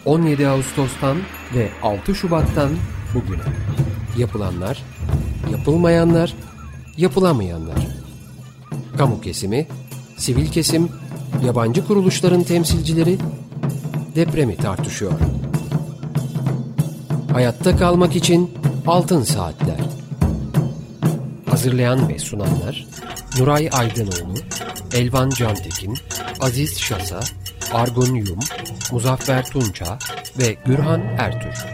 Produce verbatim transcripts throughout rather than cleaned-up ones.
on yedi Ağustos'tan ve altı Şubat'tan bugüne. Yapılanlar, yapılmayanlar, yapılamayanlar. Kamu kesimi, sivil kesim, yabancı kuruluşların temsilcileri depremi tartışıyor. Hayatta kalmak için Altın Saatler. Hazırlayan ve sunanlar Nuray Aydınoğlu, Elvan Cantekin, Aziz Şasa, Argun Yum, Muzaffer Tunça ve Gürhan Ertür.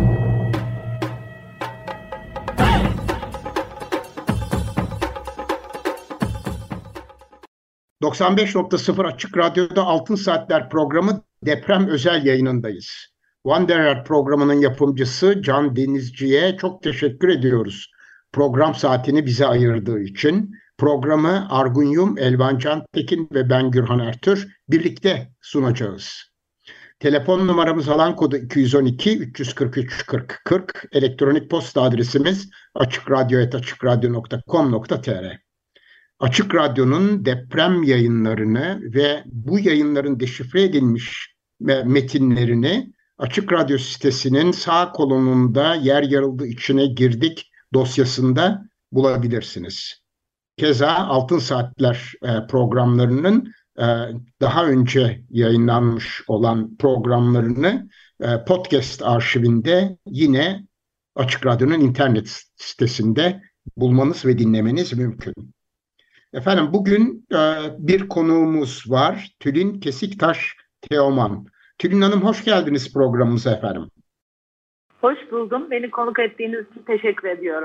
doksan beş nokta sıfır Açık Radyo'da Altın Saatler programı deprem özel yayınındayız. Wanderer programının yapımcısı Can Denizci'ye çok teşekkür ediyoruz. Program saatini bize ayırdığı için. Programı Argun Yum, Elvan Cantekin ve ben Gürhan Ertür birlikte sunacağız. Telefon numaramız alan kodu iki yüz on iki üç yüz kırk üç kırk kırk. Elektronik posta adresimiz açıkradyo et açıkradyo nokta com nokta tr. Açık Radyo'nun deprem yayınlarını ve bu yayınların deşifre edilmiş metinlerini Açık Radyo sitesinin sağ kolonunda yer yarıldı içine girdik dosyasında bulabilirsiniz. Keza Altın Saatler programlarının daha önce yayınlanmış olan programlarını podcast arşivinde yine Açık Radyo'nun internet sitesinde bulmanız ve dinlemeniz mümkün. Efendim bugün e, bir konuğumuz var. Tülin Kesiktaş Teoman. Tülin Hanım hoş geldiniz programımıza efendim. Hoş buldum. Beni konuk ettiğiniz için teşekkür ediyorum.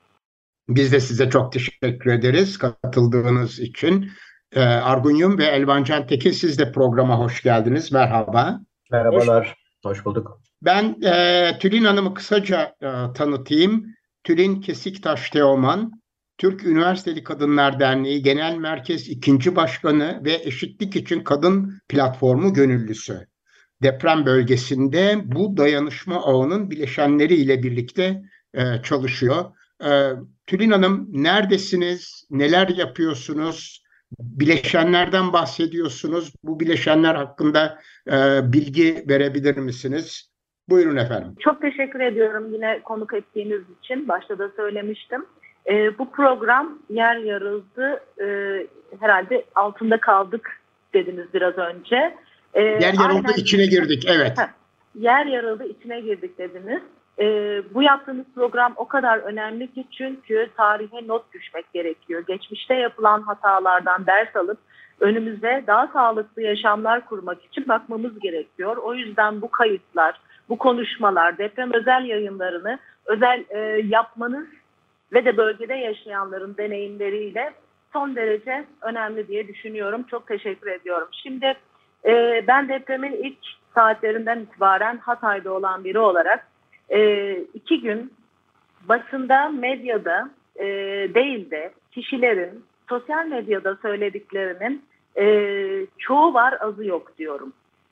Biz de size çok teşekkür ederiz katıldığınız için. E, Argun Yum ve Elvan Cantekin siz de programa hoş geldiniz. Merhaba. Merhabalar. Hoş, hoş bulduk. Ben e, Tülin Hanım'ı kısaca e, tanıtayım. Tülin Kesiktaş Teoman, Türk Üniversiteli Kadınlar Derneği Genel Merkez ikinci Başkanı ve Eşitlik İçin Kadın Platformu gönüllüsü. Deprem bölgesinde bu dayanışma ağının bileşenleriyle birlikte e, çalışıyor. E, Tülin Hanım neredesiniz? Neler yapıyorsunuz? Bileşenlerden bahsediyorsunuz. Bu bileşenler hakkında e, bilgi verebilir misiniz? Buyurun efendim. Çok teşekkür ediyorum yine konuk ettiğiniz için. Başta da söylemiştim. E, bu program yer yarıldı, e, herhalde altında kaldık dediniz biraz önce. E, yer yarıldı, aynen, içine girdik, evet. Heh, yer yarıldı, içine girdik dediniz. E, bu yaptığınız program o kadar önemli ki çünkü tarihe not düşmek gerekiyor. Geçmişte yapılan hatalardan ders alıp önümüze daha sağlıklı yaşamlar kurmak için bakmamız gerekiyor. O yüzden bu kayıtlar, bu konuşmalar, deprem özel yayınlarını özel e, yapmanız ve de bölgede yaşayanların deneyimleriyle son derece önemli diye düşünüyorum. Çok teşekkür ediyorum. Şimdi e, ben depremin ilk saatlerinden itibaren Hatay'da olan biri olarak e, iki gün basında, medyada e, değil de kişilerin sosyal medyada söylediklerinin e, çoğu var, azı yok diyorum.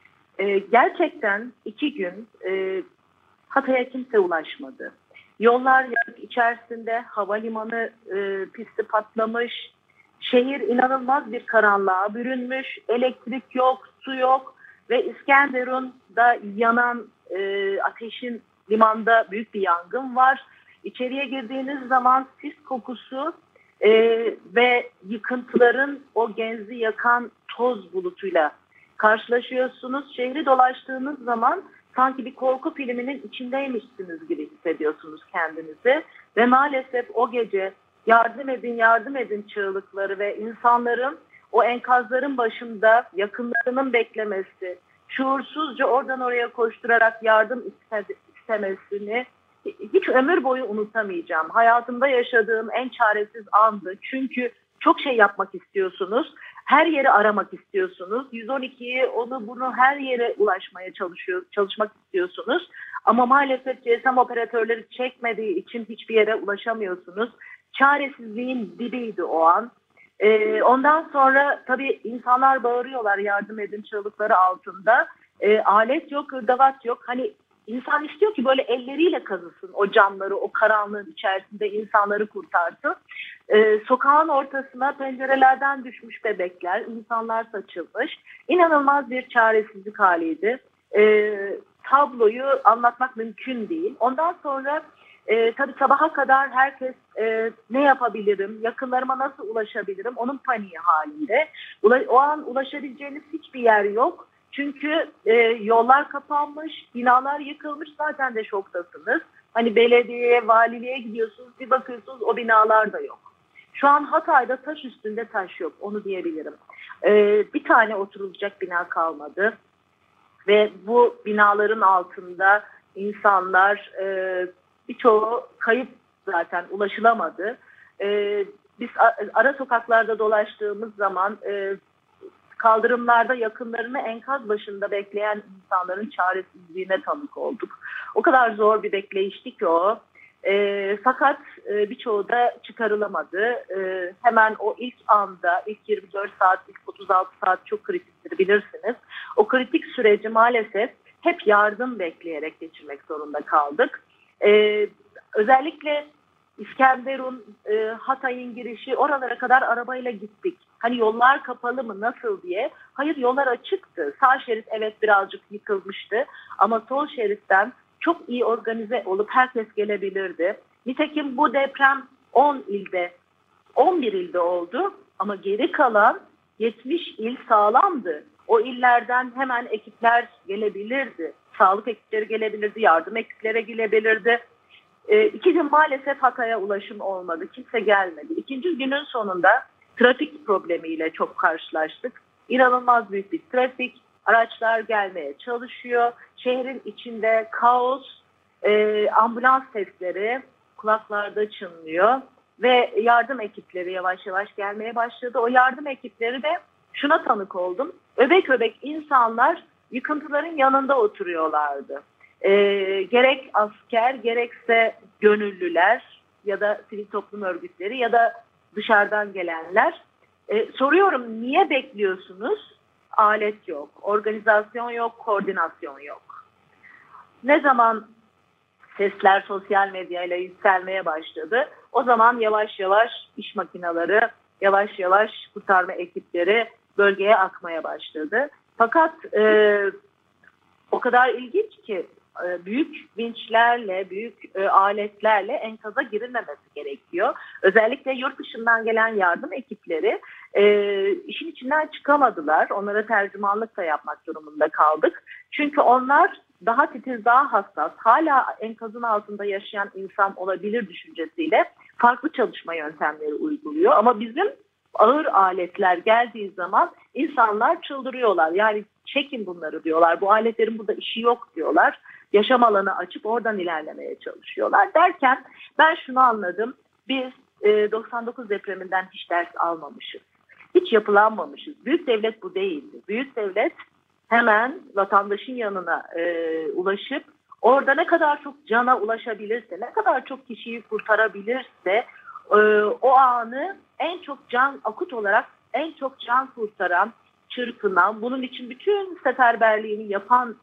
E, gerçekten iki gün e, Hatay'a kimse ulaşmadı. Yollar yanık içerisinde, havalimanı e, pisti patlamış, şehir inanılmaz bir karanlığa bürünmüş, elektrik yok, su yok ve İskenderun'da yanan e, ateşin limanda büyük bir yangın var. İçeriye girdiğiniz zaman sis kokusu e, ve yıkıntıların o genzi yakan toz bulutuyla karşılaşıyorsunuz. Şehri dolaştığınız zaman sanki bir korku filminin içindeymişsiniz gibi hissediyorsunuz kendinizi. Ve maalesef o gece yardım edin, yardım edin çığlıkları ve insanların o enkazların başında yakınlarının beklemesi, şuursuzca oradan oraya koşturarak yardım istemesini hiç ömür boyu unutamayacağım. Hayatımda yaşadığım en çaresiz andı. Çünkü çok şey yapmak istiyorsunuz. Her yeri aramak istiyorsunuz. yüz on ikiyi onu bunu her yere ulaşmaya çalışıyor, çalışmak istiyorsunuz. Ama maalesef G S M operatörleri çekmediği için hiçbir yere ulaşamıyorsunuz. Çaresizliğin dibiydi o an. Ee, ondan sonra tabii insanlar bağırıyorlar yardım edin çığlıkları altında. Ee, alet yok, hırdavat yok. Hani İnsan istiyor ki böyle elleriyle kazısın o camları, o karanlığın içerisinde insanları kurtarsın. Ee, sokağın ortasına pencerelerden düşmüş bebekler, insanlar saçılmış. İnanılmaz bir çaresizlik haliydi. Ee, tabloyu anlatmak mümkün değil. Ondan sonra e, tabii sabaha kadar herkes e, ne yapabilirim, yakınlarıma nasıl ulaşabilirim onun paniği halinde. Ula- o an ulaşabileceğiniz hiçbir yer yok. Çünkü e, yollar kapanmış, binalar yıkılmış, zaten de şoktasınız. Hani belediyeye, valiliğe gidiyorsunuz, bir bakıyorsunuz o binalar da yok. Şu an Hatay'da taş üstünde taş yok, onu diyebilirim. Ee, bir tane oturulacak bina kalmadı. Ve bu binaların altında insanlar, e, birçoğu kayıp, zaten ulaşılamadı. E, biz ara sokaklarda dolaştığımız zaman e, kaldırımlarda yakınlarını enkaz başında bekleyen insanların çaresizliğine tanık olduk. O kadar zor bir bekleyişti ki o. E, fakat e, birçoğu da çıkarılamadı. E, hemen o ilk anda, ilk yirmi dört saat, ilk otuz altı saat çok kritiktir, bilirsiniz. O kritik süreci maalesef hep yardım bekleyerek geçirmek zorunda kaldık. E, özellikle İskenderun, e, Hatay'ın girişi, oralara kadar arabayla gittik. Hani yollar kapalı mı, nasıl diye. Hayır, yollar açıktı. Sağ şerit evet birazcık yıkılmıştı ama sol şeritten çok iyi organize olup herkes gelebilirdi. Nitekim bu deprem on ilde, on bir ilde oldu ama geri kalan yetmiş il sağlamdı. O illerden hemen ekipler gelebilirdi. Sağlık ekipleri gelebilirdi, yardım ekipleri gelebilirdi. E, iki gün maalesef Hatay'a ulaşım olmadı. Kimse gelmedi. İkinci günün sonunda trafik problemiyle çok karşılaştık. İnanılmaz büyük bir trafik. Araçlar gelmeye çalışıyor. Şehrin içinde kaos, e, ambulans sesleri kulaklarda çınlıyor. Ve yardım ekipleri yavaş yavaş gelmeye başladı. O yardım ekipleri de şuna tanık oldum. Öbek öbek insanlar yıkıntıların yanında oturuyorlardı. E, gerek asker, gerekse gönüllüler ya da sivil toplum örgütleri ya da dışarıdan gelenler. E, soruyorum, niye bekliyorsunuz? Alet yok, organizasyon yok, koordinasyon yok. Ne zaman sesler sosyal medyayla yükselmeye başladı, o zaman yavaş yavaş iş makineleri, yavaş yavaş kurtarma ekipleri bölgeye akmaya başladı. Fakat e, o kadar ilginç ki e, büyük vinçlerle, büyük e, aletlerle enkaza girilmemesi gerekiyor. Özellikle yurt dışından gelen yardım ekipleri e, işin içinden çıkamadılar. Onlara tercümanlık da yapmak durumunda kaldık. Çünkü onlar daha titiz, daha hassas, hala enkazın altında yaşayan insan olabilir düşüncesiyle farklı çalışma yöntemleri uyguluyor. Ama bizim ağır aletler geldiği zaman insanlar çıldırıyorlar. Yani çekin bunları diyorlar. Bu aletlerin burada işi yok diyorlar. Yaşam alanı açıp oradan ilerlemeye çalışıyorlar. Derken ben şunu anladım. Biz e, doksan dokuz depreminden hiç ders almamışız. Hiç yapılanmamışız. Büyük devlet bu değildi. Büyük devlet hemen vatandaşın yanına e, ulaşıp orada ne kadar çok cana ulaşabilirse, ne kadar çok kişiyi kurtarabilirse e, o anı en çok can akut olarak en çok can kurtaran, çırpınan, bunun için bütün seferberliğini yapan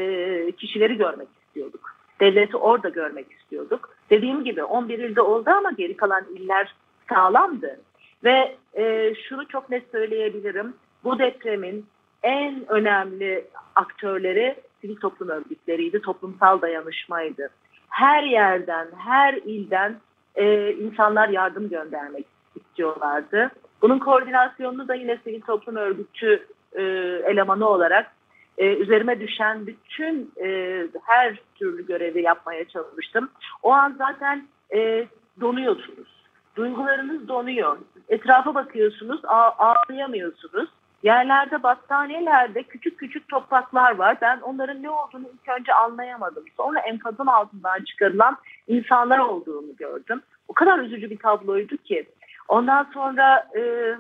e, kişileri görmek istiyorduk. Devleti orada görmek istiyorduk. Dediğim gibi on bir ilde oldu ama geri kalan iller sağlamdı. Ve e, şunu çok net söyleyebilirim. Bu depremin en önemli aktörleri sivil toplum örgütleriydi, toplumsal dayanışmaydı. Her yerden, her ilden e, insanlar yardım göndermek istiyorlardı. Bunun koordinasyonunu da yine sivil toplum örgütü e, elemanı olarak e, üzerime düşen bütün e, her türlü görevi yapmaya çalıştım. O an zaten e, donuyorsunuz. Duygularınız donuyor. Etrafa bakıyorsunuz, ağlayamıyorsunuz. Yerlerde, battaniyelerde küçük küçük topraklar var. Ben onların ne olduğunu ilk önce anlayamadım. Sonra enkazın altından çıkarılan insanlar olduğunu gördüm. O kadar üzücü bir tabloydu ki. Ondan sonra e,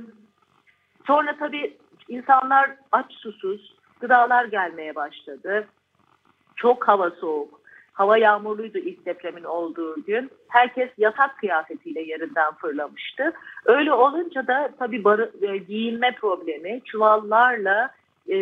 sonra tabii insanlar aç susuz, gıdalar gelmeye başladı. Çok hava soğuk. Hava yağmurluydu ilk depremin olduğu gün. Herkes yatak kıyafetiyle yerinden fırlamıştı. Öyle olunca da tabii barı, e, giyinme problemi, çuvallarla e,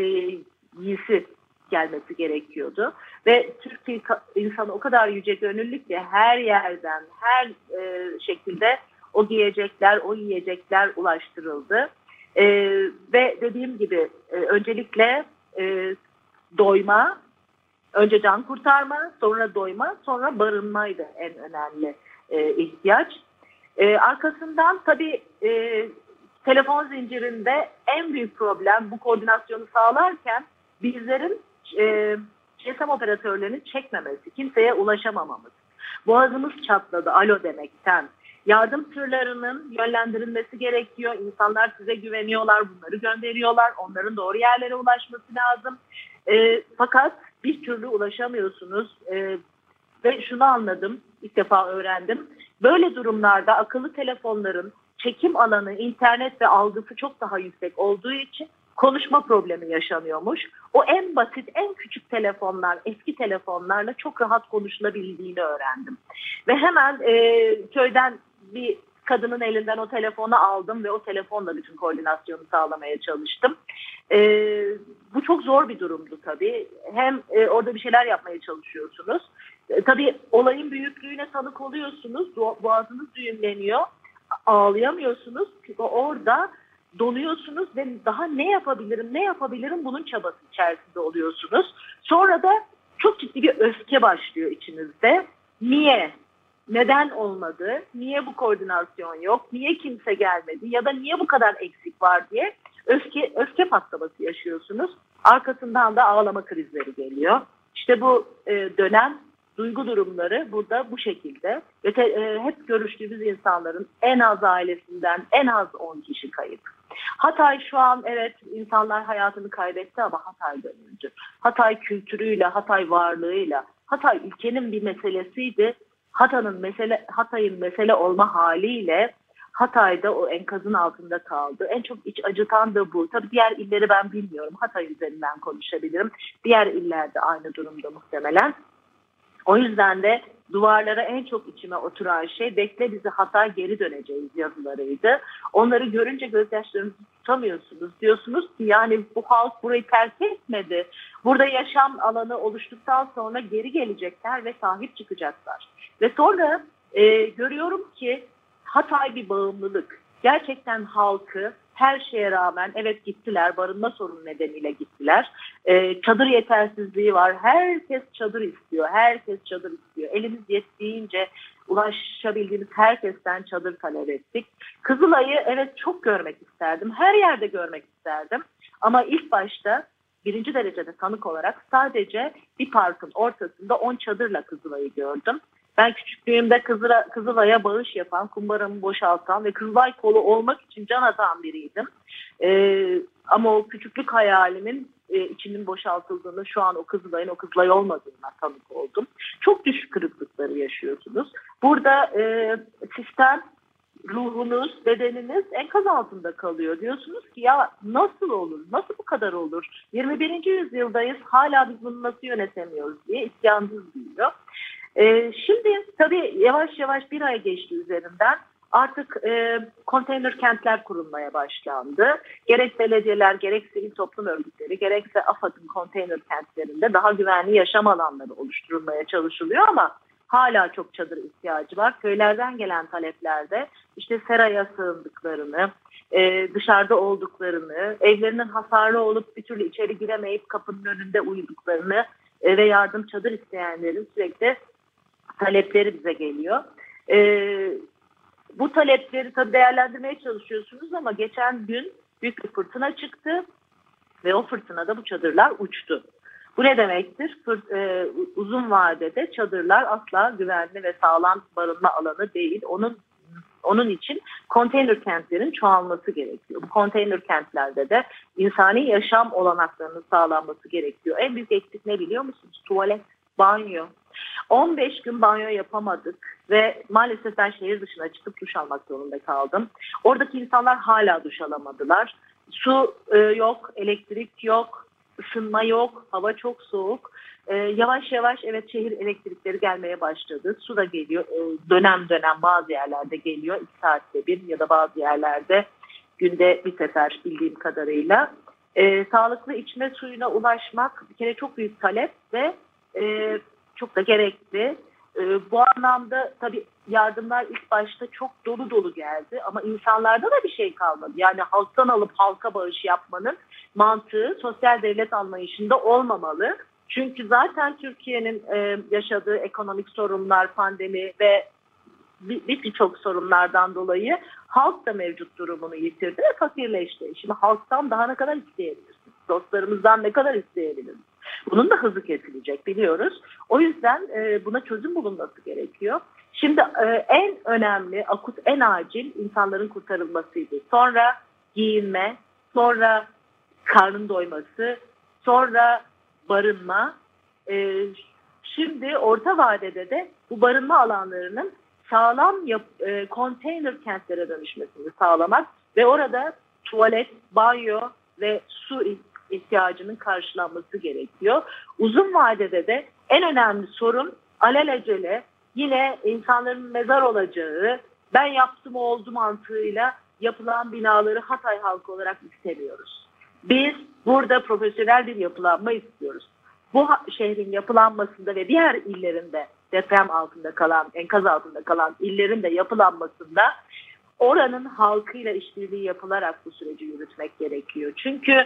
giysi gelmesi gerekiyordu. Ve Türk insanı o kadar yüce gönüllü ki her yerden, her e, şekilde o giyecekler, o yiyecekler ulaştırıldı. E, ve dediğim gibi e, öncelikle e, doyma, Önce can kurtarma, sonra doyma, sonra barınmaydı en önemli e, ihtiyaç. E, arkasından tabii e, telefon zincirinde en büyük problem bu koordinasyonu sağlarken bizlerin e, G S M operatörlerinin çekmemesi, kimseye ulaşamamamız. Boğazımız çatladı alo demekten. Yardım tırlarının yönlendirilmesi gerekiyor. İnsanlar size güveniyorlar, bunları gönderiyorlar. Onların doğru yerlere ulaşması lazım. E, fakat bir türlü ulaşamıyorsunuz. E, ve şunu anladım, ilk defa öğrendim. Böyle durumlarda akıllı telefonların çekim alanı, internet ve algısı çok daha yüksek olduğu için konuşma problemi yaşanıyormuş. O en basit, en küçük telefonlar, eski telefonlarla çok rahat konuşulabildiğini öğrendim. Ve hemen e, köyden bir kadının elinden o telefonu aldım ve o telefonla bütün koordinasyonu sağlamaya çalıştım. E, bu çok zor bir durumdu tabii. Hem e, orada bir şeyler yapmaya çalışıyorsunuz. E, tabii olayın büyüklüğüne tanık oluyorsunuz. Boğazınız düğümleniyor. Ağlayamıyorsunuz. Çünkü orada doluyorsunuz ve daha ne yapabilirim, ne yapabilirim bunun çabası içerisinde oluyorsunuz. Sonra da çok ciddi bir öfke başlıyor içinizde. Niye? Neden olmadı? Niye bu koordinasyon yok? Niye kimse gelmedi? Ya da niye bu kadar eksik var diye öfke, öfke patlaması yaşıyorsunuz. Arkasından da ağlama krizleri geliyor. İşte bu e, dönem duygu durumları burada bu şekilde. Ve te, e, hep görüştüğümüz insanların en az ailesinden en az on kişi kayıp. Hatay şu an evet insanlar hayatını kaybetti ama Hatay dönüldü. Hatay kültürüyle, Hatay varlığıyla, Hatay ülkenin bir meselesiydi. Hatay'ın mesele, Hatay'ın mesele olma haliyle Hatay'da o enkazın altında kaldı. En çok iç acıtan da bu. Tabii diğer illeri ben bilmiyorum. Hatay üzerinden konuşabilirim. Diğer illerde aynı durumda muhtemelen. O yüzden de duvarlara en çok içime oturan şey bekle bizi Hatay geri döneceğiz yazılarıydı. Onları görünce gözyaşlarınızı tutamıyorsunuz. Diyorsunuz ki yani bu halk burayı terk etmedi. Burada yaşam alanı oluştuktan sonra geri gelecekler ve sahip çıkacaklar. Ve sonra e, görüyorum ki Hatay bir bağımlılık. Gerçekten halkı her şeye rağmen evet gittiler, barınma sorunu nedeniyle gittiler. Ee, çadır yetersizliği var. Herkes çadır istiyor. Herkes çadır istiyor. Elimiz yettiğince ulaşabildiğimiz herkesten çadır talep ettik. Kızılay'ı evet çok görmek isterdim. Her yerde görmek isterdim. Ama ilk başta birinci derecede tanık olarak sadece bir parkın ortasında on çadırla Kızılay'ı gördüm. Ben küçüklüğümde Kızıla, Kızılay'a bağış yapan, kumbaramı boşaltan ve Kızılay kolu olmak için can atan biriydim. Ee, ama o küçüklük hayalimin e, içinin boşaltıldığını, şu an o Kızılay'ın o Kızılay olmadığına tanık oldum. Çok düşük kırıklıkları yaşıyorsunuz. Burada e, sistem, ruhunuz, bedeniniz enkaz altında kalıyor. Diyorsunuz ki ya nasıl olur, nasıl bu kadar olur? yirmi birinci yüzyıldayız, hala biz bunu nasıl yönetemiyoruz diye isyanınız büyüyor. Ee, şimdi tabii yavaş yavaş bir ay geçti üzerinden. Artık e, konteyner kentler kurulmaya başlandı. Gerek belediyeler, gerek sivil toplum örgütleri, gerekse AFAD'ın konteyner kentlerinde daha güvenli yaşam alanları oluşturulmaya çalışılıyor ama hala çok çadır ihtiyacı var. Köylerden gelen taleplerde işte seraya sığındıklarını, e, dışarıda olduklarını, evlerinin hasarlı olup bir türlü içeri giremeyip kapının önünde uyuduklarını e, ve yardım çadır isteyenlerin sürekli talepleri bize geliyor. Ee, bu talepleri tabii değerlendirmeye çalışıyorsunuz ama geçen gün büyük bir fırtına çıktı ve o fırtınada bu çadırlar uçtu. Bu ne demektir? Fır, e, uzun vadede çadırlar asla güvenli ve sağlam barınma alanı değil. Onun onun için konteyner kentlerin çoğalması gerekiyor. Bu konteyner kentlerde de insani yaşam olanaklarının sağlanması gerekiyor. En büyük eksik ne biliyor musunuz? Tuvalet, banyo. on beş gün banyo yapamadık ve maalesef ben şehir dışına çıkıp duş almak zorunda kaldım. Oradaki insanlar hala duş alamadılar. Su e, yok, elektrik yok, ısınma yok, hava çok soğuk. E, yavaş yavaş evet şehir elektrikleri gelmeye başladı. Su da geliyor, e, dönem dönem bazı yerlerde geliyor. iki saatte bir ya da bazı yerlerde günde bir sefer bildiğim kadarıyla. E, sağlıklı içme suyuna ulaşmak bir kere çok büyük talep ve e, çok da gerekli. Ee, bu anlamda tabii yardımlar ilk başta çok dolu dolu geldi ama insanlarda da bir şey kalmadı. Yani halktan alıp halka bağış yapmanın mantığı sosyal devlet anlayışında olmamalı. Çünkü zaten Türkiye'nin e, yaşadığı ekonomik sorunlar, pandemi ve birçok bir sorunlardan dolayı halk da mevcut durumunu yitirdi ve fakirleşti. Şimdi halktan daha ne kadar isteyebilirsiniz? Dostlarımızdan ne kadar isteyebiliriz? Bunun da hızı kesilecek biliyoruz. O yüzden e, buna çözüm bulunması gerekiyor. Şimdi e, en önemli, akut, en acil insanların kurtarılmasıydı. Sonra giyinme, sonra karnın doyması, sonra barınma. E, şimdi orta vadede de bu barınma alanlarının sağlam yap, e, konteyner kentlere dönüşmesini sağlamak ve orada tuvalet, banyo ve su ihtiyacının karşılanması gerekiyor. Uzun vadede de en önemli sorun alelacele yine insanların mezar olacağı, ben yaptım oldu mantığıyla yapılan binaları Hatay halkı olarak istemiyoruz. Biz burada profesyonel bir yapılanma istiyoruz. Bu şehrin yapılanmasında ve diğer illerinde deprem altında kalan, enkaz altında kalan illerin de yapılanmasında oranın halkıyla işbirliği yapılarak bu süreci yürütmek gerekiyor. Çünkü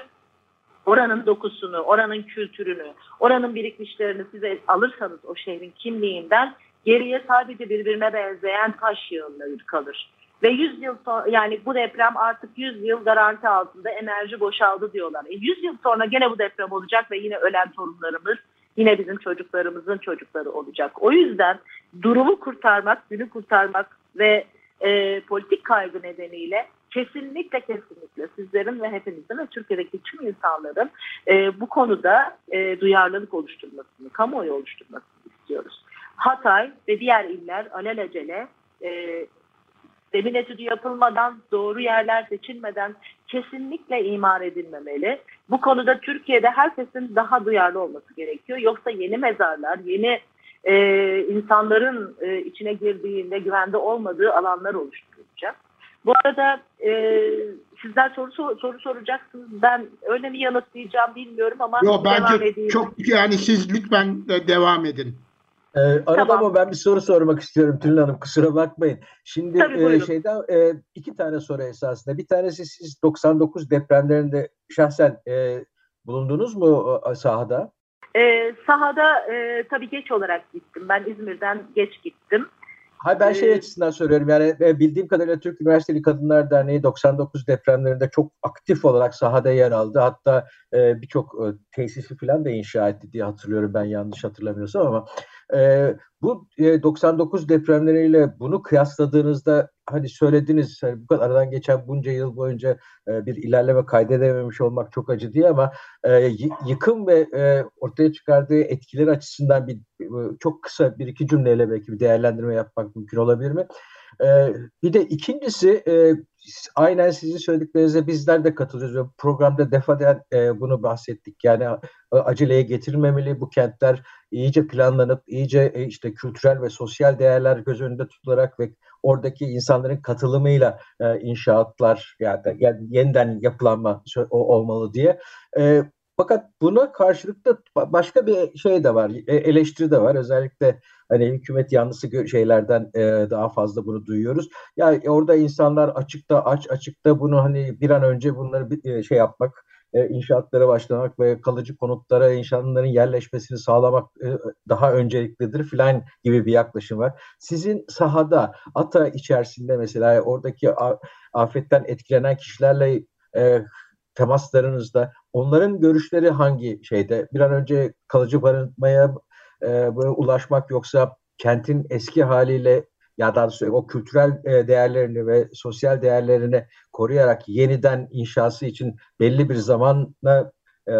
oranın dokusunu, oranın kültürünü, oranın birikmişlerini size alırsanız o şehrin kimliğinden geriye sadece birbirine benzeyen taş yığınları kalır. Ve yüz yıl sonra, yani bu deprem artık yüz yıl garanti altında, enerji boşaldı diyorlar. E yüz yıl sonra gene bu deprem olacak ve yine ölen torunlarımız, yine bizim çocuklarımızın çocukları olacak. O yüzden durumu kurtarmak, günü kurtarmak ve e, politik kaygı nedeniyle kesinlikle kesinlikle sizlerin ve hepinizin ve Türkiye'deki tüm insanların e, bu konuda e, duyarlılık oluşturmasını, kamuoyu oluşturmasını istiyoruz. Hatay ve diğer iller alelacele e, zemin etüdü yapılmadan, doğru yerler seçilmeden kesinlikle imar edilmemeli. Bu konuda Türkiye'de herkesin daha duyarlı olması gerekiyor. Yoksa yeni mezarlar, yeni e, insanların e, içine girdiğinde güvende olmadığı alanlar oluşturulacak. Bu arada e, sizler soru soru soracaksınız. Ben öyle mi yanıtlayacağım bilmiyorum ama Yo, devam bence edeyim. Çok yani siz lütfen de devam edin. Ee, arada Tamam. ama ben bir soru sormak istiyorum Tülin Hanım, kusura bakmayın. Şimdi Tabii, e, şeyden e, iki tane soru esasında. Bir tanesi, siz doksan dokuz depremlerinde şahsen e, bulundunuz mu e, sahada? E, sahada e, tabii geç olarak gittim. Ben İzmir'den geç gittim. Hayır, ben şey Ee, açısından soruyorum. Yani e, bildiğim kadarıyla Türk Üniversiteli Kadınlar Derneği doksan dokuz depremlerinde çok aktif olarak sahada yer aldı. Hatta e, birçok e, tesisi falan da inşa etti diye hatırlıyorum, ben yanlış hatırlamıyorsam, ama e, bu e, doksan dokuz depremleriyle bunu kıyasladığınızda, hani söylediniz, hani bu kadar aradan geçen bunca yıl boyunca e, bir ilerleme kaydedememiş olmak çok acı diye, ama e, y- yıkım ve e, ortaya çıkardığı etkiler açısından bir e, çok kısa bir iki cümleyle belki bir değerlendirme yapmak mümkün olabilir mi? E, bir de ikincisi, e, aynen sizin söylediklerinize bizler de katılıyoruz. Programda defaten e, bunu bahsettik. Yani e, aceleye getirilmemeli, bu kentler iyice planlanıp, iyice e, işte kültürel ve sosyal değerler göz önünde tutularak ve oradaki insanların katılımıyla e, inşaatlar yani, yani yeniden yapılanma o, olmalı diye. E, fakat buna karşılık da başka bir şey de var, e, eleştiri de var. Özellikle hani hükümet yanlısı şeylerden e, daha fazla bunu duyuyoruz. Yani orada insanlar açıkta aç açıkta bunu hani bir an önce bunları bir, e, şey yapmak, e, inşaatlara başlamak ve kalıcı konutlara insanların yerleşmesini sağlamak e, daha önceliklidir filan gibi bir yaklaşım var. Sizin sahada, ATA içerisinde mesela oradaki a, afetten etkilenen kişilerle e, temaslarınızda onların görüşleri hangi şeyde? Bir an önce kalıcı barınmaya e, ulaşmak, yoksa kentin eski haliyle, ya daha doğrusu o kültürel e, değerlerini ve sosyal değerlerini koruyarak yeniden inşası için belli bir zamanla e,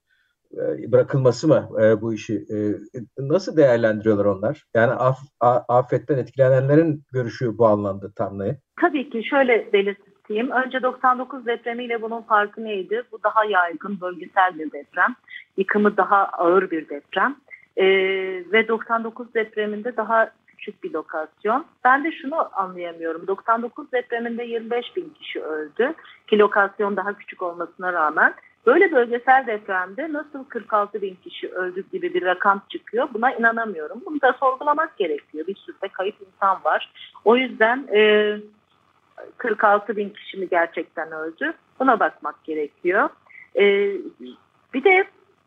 e, bırakılması mı e, bu işi? E, nasıl değerlendiriyorlar onlar? Yani af, a, afetten etkilenenlerin görüşü bu anlamda tam ne? Tabii ki şöyle belirteyim. Önce doksan dokuz depremiyle bunun farkı neydi? Bu daha yaygın, bölgesel bir deprem. Yıkımı daha ağır bir deprem. Ee, ve doksan dokuz depreminde daha küçük bir lokasyon. Ben de şunu anlayamıyorum. doksan dokuz depreminde yirmi beş bin kişi öldü. Ki lokasyon daha küçük olmasına rağmen. Böyle bölgesel depremde nasıl kırk altı bin kişi öldü gibi bir rakam çıkıyor? Buna inanamıyorum. Bunu da sorgulamak gerekiyor. Bir sürü de kayıp insan var. O yüzden e, kırk altı bin kişi mi gerçekten öldü? Buna bakmak gerekiyor. E, bir de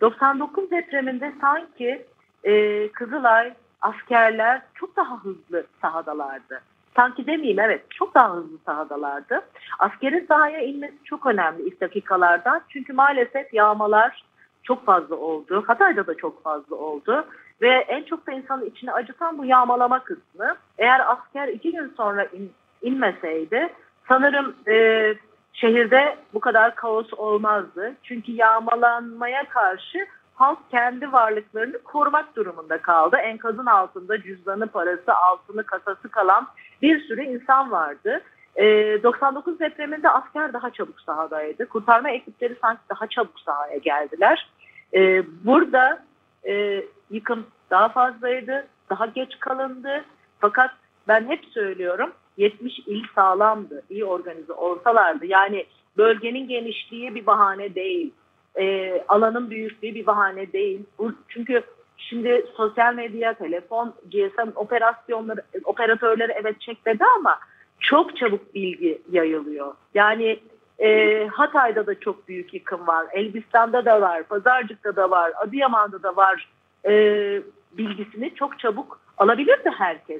doksan dokuz depreminde sanki e, Kızılay, askerler çok daha hızlı sahadalardı. Sanki demeyeyim, evet, çok daha hızlı sahadalardı. Askerin sahaya inmesi çok önemli ilk dakikalardan. Çünkü maalesef yağmalar çok fazla oldu. Hatay'da da çok fazla oldu. Ve en çok da insanın içine acıtan bu yağmalama kısmı. Eğer asker iki gün sonra in, inmeseydi sanırım e, şehirde bu kadar kaos olmazdı. Çünkü yağmalanmaya karşı halk kendi varlıklarını korumak durumunda kaldı. Enkazın altında cüzdanı, parası, altını, kasası kalan bir sürü insan vardı. E, doksan dokuz depreminde asker daha çabuk sahadaydı. Kurtarma ekipleri sanki daha çabuk sahaya geldiler. E, burada e, yıkım daha fazlaydı, daha geç kalındı. Fakat ben hep söylüyorum, yetmiş il sağlamdı, iyi organize olsalardı. Yani bölgenin genişliği bir bahane değil. E, alanın büyüklüğü bir bahane değil. Bu, çünkü şimdi sosyal medya, telefon, G S M operasyonları, operatörleri evet çekledi ama çok çabuk bilgi yayılıyor. Yani e, Hatay'da da çok büyük yıkım var, Elbistan'da da var, Pazarcık'ta da var, Adıyaman'da da var. E, bilgisini çok çabuk alabilirdi herkes.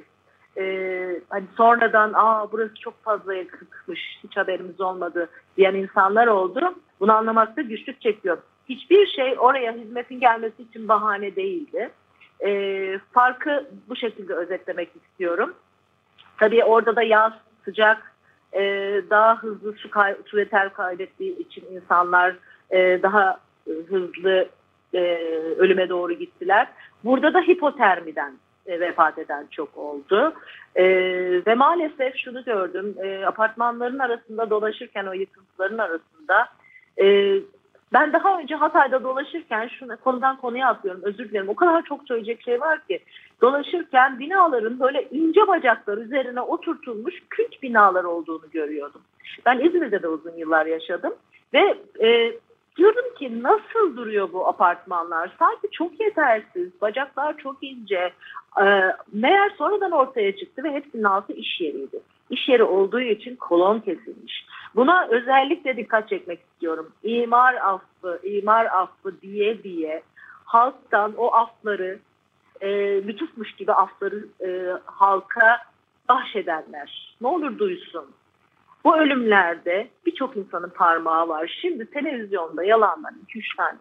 E, hani sonradan aa burası çok fazla yıkılmış, hiç haberimiz olmadı diyen insanlar oldu. Bunu anlamakta güçlük çekiyor. Hiçbir şey oraya hizmetin gelmesi için bahane değildi. E, farkı bu şekilde özetlemek istiyorum. Tabii orada da yaz, sıcak, e, daha hızlı su, kay- su yeter kaybettiği için insanlar e, daha hızlı e, ölüme doğru gittiler. Burada da hipotermiden e, vefat eden çok oldu. E, ve maalesef şunu gördüm, e, apartmanların arasında dolaşırken, o yıkıntıların arasında, e, ben daha önce Hatay'da dolaşırken, şunu konudan konuya atlıyorum, özür dilerim, o kadar çok söyleyecek şey var ki, dolaşırken binaların böyle ince bacaklar üzerine oturtulmuş kült binalar olduğunu görüyordum. Ben İzmir'de de uzun yıllar yaşadım ve e, diyordum ki nasıl duruyor bu apartmanlar? Sanki çok yetersiz, bacaklar çok ince. E, meğer sonradan ortaya çıktı ve hepsinin altı iş yeriydi. İş yeri olduğu için kolon kesilmiş. Buna özellikle dikkat çekmek istiyorum. İmar affı, imar affı diye diye halktan o afları, e, lütufmuş gibi afları e, halka bahşedenler ne olur duysun. Bu ölümlerde birçok insanın parmağı var. Şimdi televizyonda yalandan iki üç tane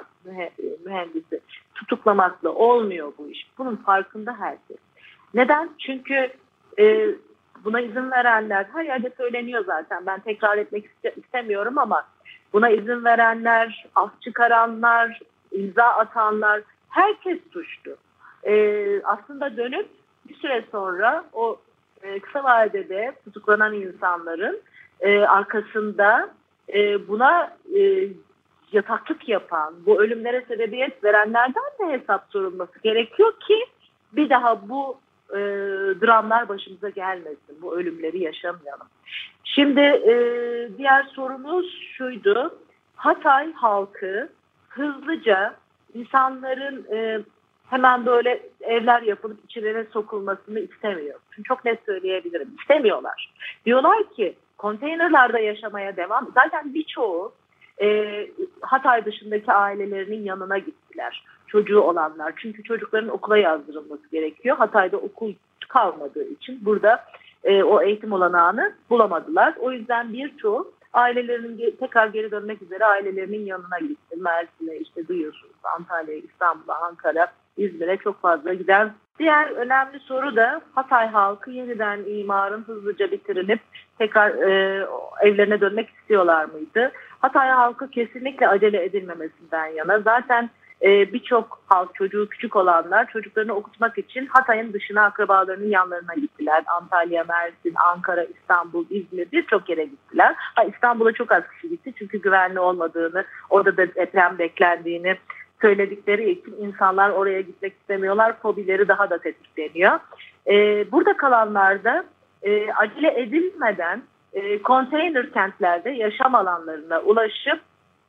mühendisi tutuklamakla olmuyor bu iş. Bunun farkında herkes. Neden? Çünkü e, buna izin verenler, her yerde söyleniyor zaten, ben tekrar etmek istemiyorum ama buna izin verenler, af çıkaranlar, imza atanlar, herkes suçlu. Ee, aslında dönüp bir süre sonra o e, kısa vadede tutuklanan insanların e, arkasında e, buna e, yataklık yapan, bu ölümlere sebebiyet verenlerden de hesap sorulması gerekiyor ki bir daha bu e, dramlar başımıza gelmesin, bu ölümleri yaşamayalım. Şimdi e, diğer sorumuz şuydu, Hatay halkı hızlıca insanların e, hemen böyle evler yapılıp içlerine sokulmasını istemiyor. Çünkü çok net söyleyebilirim, İstemiyorlar. Diyorlar ki konteynerlarda yaşamaya devam. Zaten birçoğu e, Hatay dışındaki ailelerinin yanına gittiler. Çocuğu olanlar. Çünkü çocukların okula yazdırılması gerekiyor. Hatay'da okul kalmadığı için burada e, o eğitim olanağını bulamadılar. O yüzden birçoğu ailelerinin tekrar geri dönmek üzere ailelerinin yanına gitti. Mersin'e, işte duyuyorsunuz, Antalya'ya, İstanbul'a, Ankara, İzmir'e çok fazla giden. Diğer önemli soru da Hatay halkı yeniden imarın hızlıca bitirilip tekrar e, evlerine dönmek istiyorlar mıydı? Hatay halkı kesinlikle acele edilmemesinden yana. Zaten e, birçok halk, çocuğu küçük olanlar çocuklarını okutmak için Hatay'ın dışına, akrabalarının yanlarına gittiler. Antalya, Mersin, Ankara, İstanbul, İzmir, birçok yere gittiler. Ha, İstanbul'a çok az kişi gitti çünkü güvenli olmadığını, orada da deprem beklendiğini söyledikleri için insanlar oraya gitmek istemiyorlar. Fobileri daha da tetikleniyor. Ee, burada kalanlar da e, acele edilmeden e, konteyner kentlerde yaşam alanlarına ulaşıp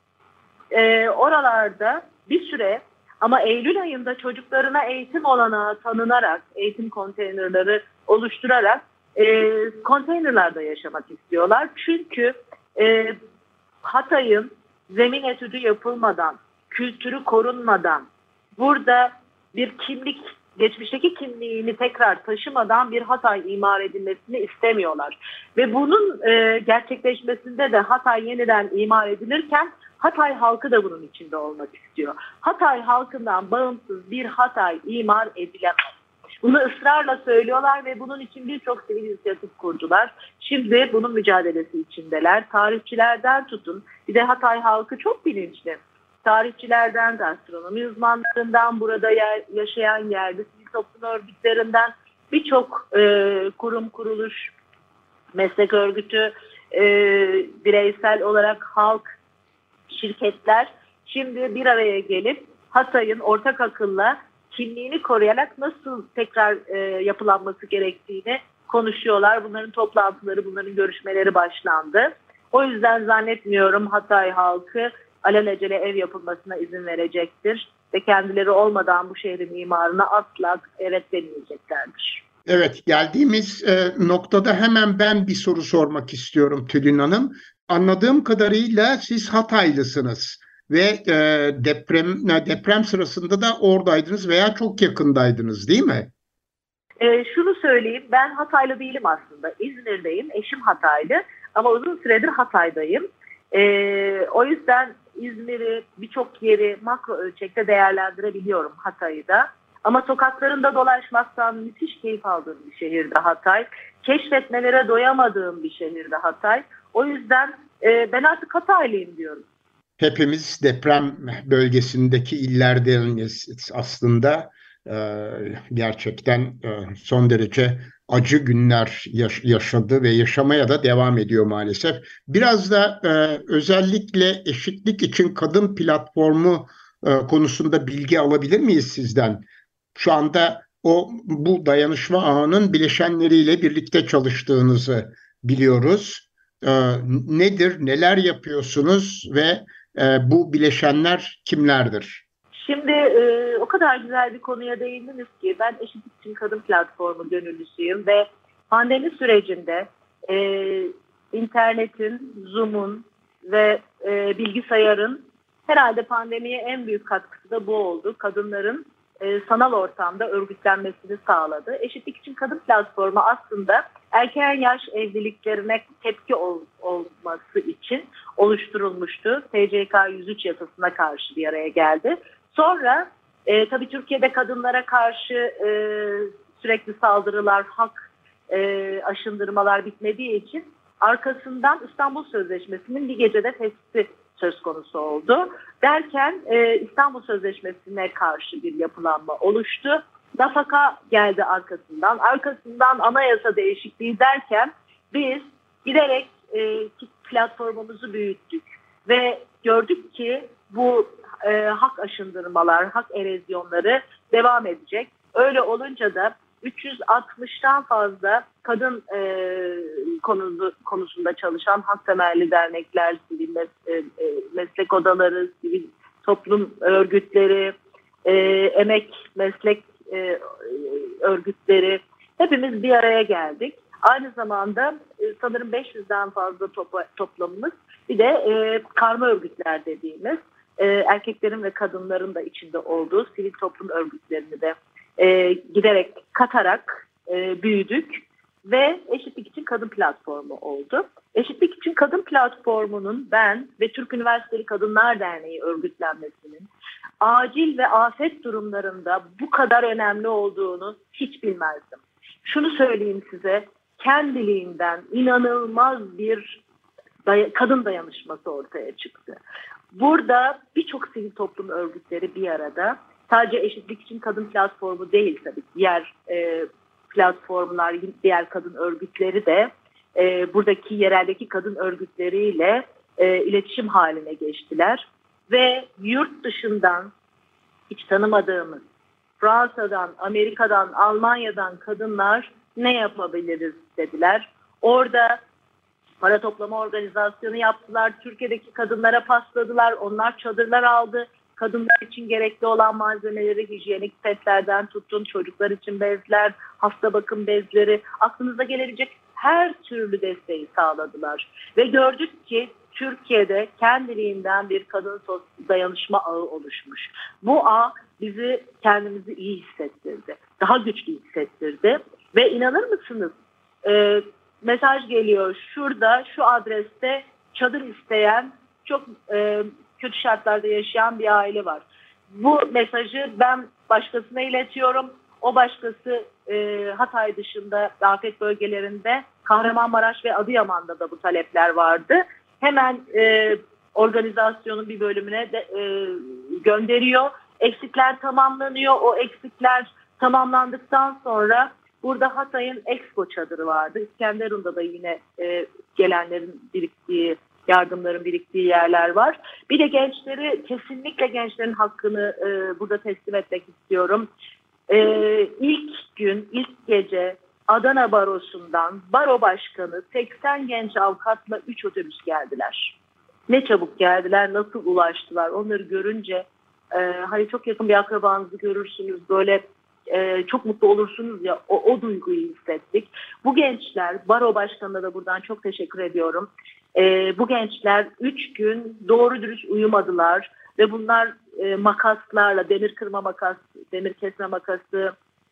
e, oralarda bir süre, ama Eylül ayında çocuklarına eğitim olanağı tanınarak, eğitim konteynerleri oluşturarak e, konteynerlarda yaşamak istiyorlar. Çünkü e, Hatay'ın zemin etüdü yapılmadan, kültürü korunmadan, burada bir kimlik, geçmişteki kimliğini tekrar taşımadan bir Hatay imar edilmesini istemiyorlar. Ve bunun e, gerçekleşmesinde de Hatay yeniden imar edilirken Hatay halkı da bunun içinde olmak istiyor. Hatay halkından bağımsız bir Hatay imar edilemez. Bunu ısrarla söylüyorlar ve bunun için birçok sivil inisiyatif kurdular. Şimdi bunun mücadelesi içindeler. Tarihçilerden tutun. Bir de Hatay halkı çok bilinçli. Tarihçilerden, gastronomi uzmanlarından, burada yer, yaşayan yerde sivil toplum örgütlerinden birçok e, kurum, kuruluş, meslek örgütü, e, bireysel olarak halk, şirketler şimdi bir araya gelip Hatay'ın ortak akılla kimliğini koruyarak nasıl tekrar e, yapılanması gerektiğini konuşuyorlar. Bunların toplantıları, bunların görüşmeleri başlandı. O yüzden zannetmiyorum Hatay halkı alelacele ev yapılmasına izin verecektir ve kendileri olmadan bu şehrin imarına asla evet demeyeceklerdir. Evet, geldiğimiz e, noktada hemen ben bir soru sormak istiyorum Tülin Hanım. Anladığım kadarıyla siz Hataylısınız ve e, deprem deprem sırasında da oradaydınız veya çok yakındaydınız, değil mi? E, şunu söyleyeyim, ben Hataylı değilim aslında. İzmir'deyim, eşim Hataylı ama uzun süredir Hatay'dayım. E, o yüzden İzmir'i, birçok yeri makro ölçekte değerlendirebiliyorum Hatay'ı da. Ama sokaklarında dolaşmaktan müthiş keyif aldığım bir şehirde Hatay. Keşfetmelere doyamadığım bir şehirde Hatay. O yüzden e, ben artık Hataylıyım diyorum. Hepimiz deprem bölgesindeki illerdeniz aslında. Ee, gerçekten e, son derece acı günler yaş- yaşadı ve yaşamaya da devam ediyor maalesef. Biraz da e, özellikle eşitlik için kadın platformu e, konusunda bilgi alabilir miyiz sizden? Şu anda o bu dayanışma ağının bileşenleriyle birlikte çalıştığınızı biliyoruz. E, nedir, neler yapıyorsunuz ve e, bu bileşenler kimlerdir? Şimdi e, o kadar güzel bir konuya değindiniz ki ben Eşitlik için Kadın Platformu gönüllüsüyüm ve pandemi sürecinde e, internetin, Zoom'un ve e, bilgisayarın herhalde pandemiye en büyük katkısı da bu oldu. Kadınların e, sanal ortamda örgütlenmesini sağladı. Eşitlik için Kadın Platformu aslında erken yaş evliliklerine tepki ol, olması için oluşturulmuştu. T C K yüz üç yasasına karşı bir araya geldi. Sonra e, tabii Türkiye'de kadınlara karşı e, sürekli saldırılar, hak e, aşındırmalar bitmediği için arkasından İstanbul Sözleşmesi'nin bir gecede fesli söz konusu oldu. Derken e, İstanbul Sözleşmesi'ne karşı bir yapılanma oluştu. Nafaka geldi arkasından. Arkasından anayasa değişikliği derken biz giderek e, platformumuzu büyüttük. Ve gördük ki bu e, hak aşındırmalar, hak erozyonları devam edecek. Öyle olunca da üç yüz altmıştan fazla kadın e, konusu, konusunda çalışan hak temelli dernekler, sivil mes, e, meslek odaları, sivil toplum örgütleri, e, emek meslek e, örgütleri hepimiz bir araya geldik. Aynı zamanda e, sanırım beş yüzden fazla topla, toplamımız bir de e, karma örgütler dediğimiz e, erkeklerin ve kadınların da içinde olduğu sivil toplum örgütlerini de e, giderek katarak e, büyüdük ve Eşitlik için Kadın Platformu oldu. Eşitlik için Kadın Platformu'nun ben ve Türk Üniversiteli Kadınlar Derneği örgütlenmesinin acil ve afet durumlarında bu kadar önemli olduğunu hiç bilmezdim. Şunu söyleyeyim size, kendiliğinden inanılmaz bir day- kadın dayanışması ortaya çıktı. Burada birçok sivil toplum örgütleri bir arada, sadece Eşitlik için Kadın Platformu değil tabii, diğer e, platformlar, diğer kadın örgütleri de e, buradaki yereldeki kadın örgütleriyle e, iletişim haline geçtiler. Ve yurt dışından hiç tanımadığımız, Fransa'dan, Amerika'dan, Almanya'dan kadınlar ne yapabiliriz dediler. Orada para toplama organizasyonu yaptılar. Türkiye'deki kadınlara pasladılar. Onlar çadırlar aldı. Kadınlar için gerekli olan malzemeleri, hijyenik petlerden tutun, çocuklar için bezler, hasta bakım bezleri, aklınıza gelebilecek her türlü desteği sağladılar. Ve gördük ki Türkiye'de kendiliğinden bir kadın dayanışma ağı oluşmuş. Bu ağ bizi kendimizi iyi hissettirdi. Daha güçlü hissettirdi. Ve inanır mısınız? E, mesaj geliyor. Şurada, şu adreste çadır isteyen, çok e, kötü şartlarda yaşayan bir aile var. Bu mesajı ben başkasına iletiyorum. O başkası e, Hatay dışında afet bölgelerinde, Kahramanmaraş ve Adıyaman'da da bu talepler vardı. Hemen e, organizasyonun bir bölümüne de, e, gönderiyor. Eksikler tamamlanıyor. O eksikler tamamlandıktan sonra burada Hatay'ın Expo çadırı vardı. İskenderun'da da yine e, gelenlerin biriktiği, yardımların biriktiği yerler var. Bir de gençleri, kesinlikle gençlerin hakkını e, burada teslim etmek istiyorum. E, ilk gün, ilk gece Adana Barosu'ndan Baro Başkanı seksen genç avukatla üç otobüs geldiler. Ne çabuk geldiler, nasıl ulaştılar onları görünce e, hani çok yakın bir akrabanızı görürsünüz, böyle e, çok mutlu olursunuz ya, o, o duyguyu hissettik. Bu gençler, Baro Başkanı'na da buradan çok teşekkür ediyorum. E, bu gençler üç gün doğru dürüst uyumadılar ve bunlar e, makaslarla, demir kırma makas, demir kesme makası,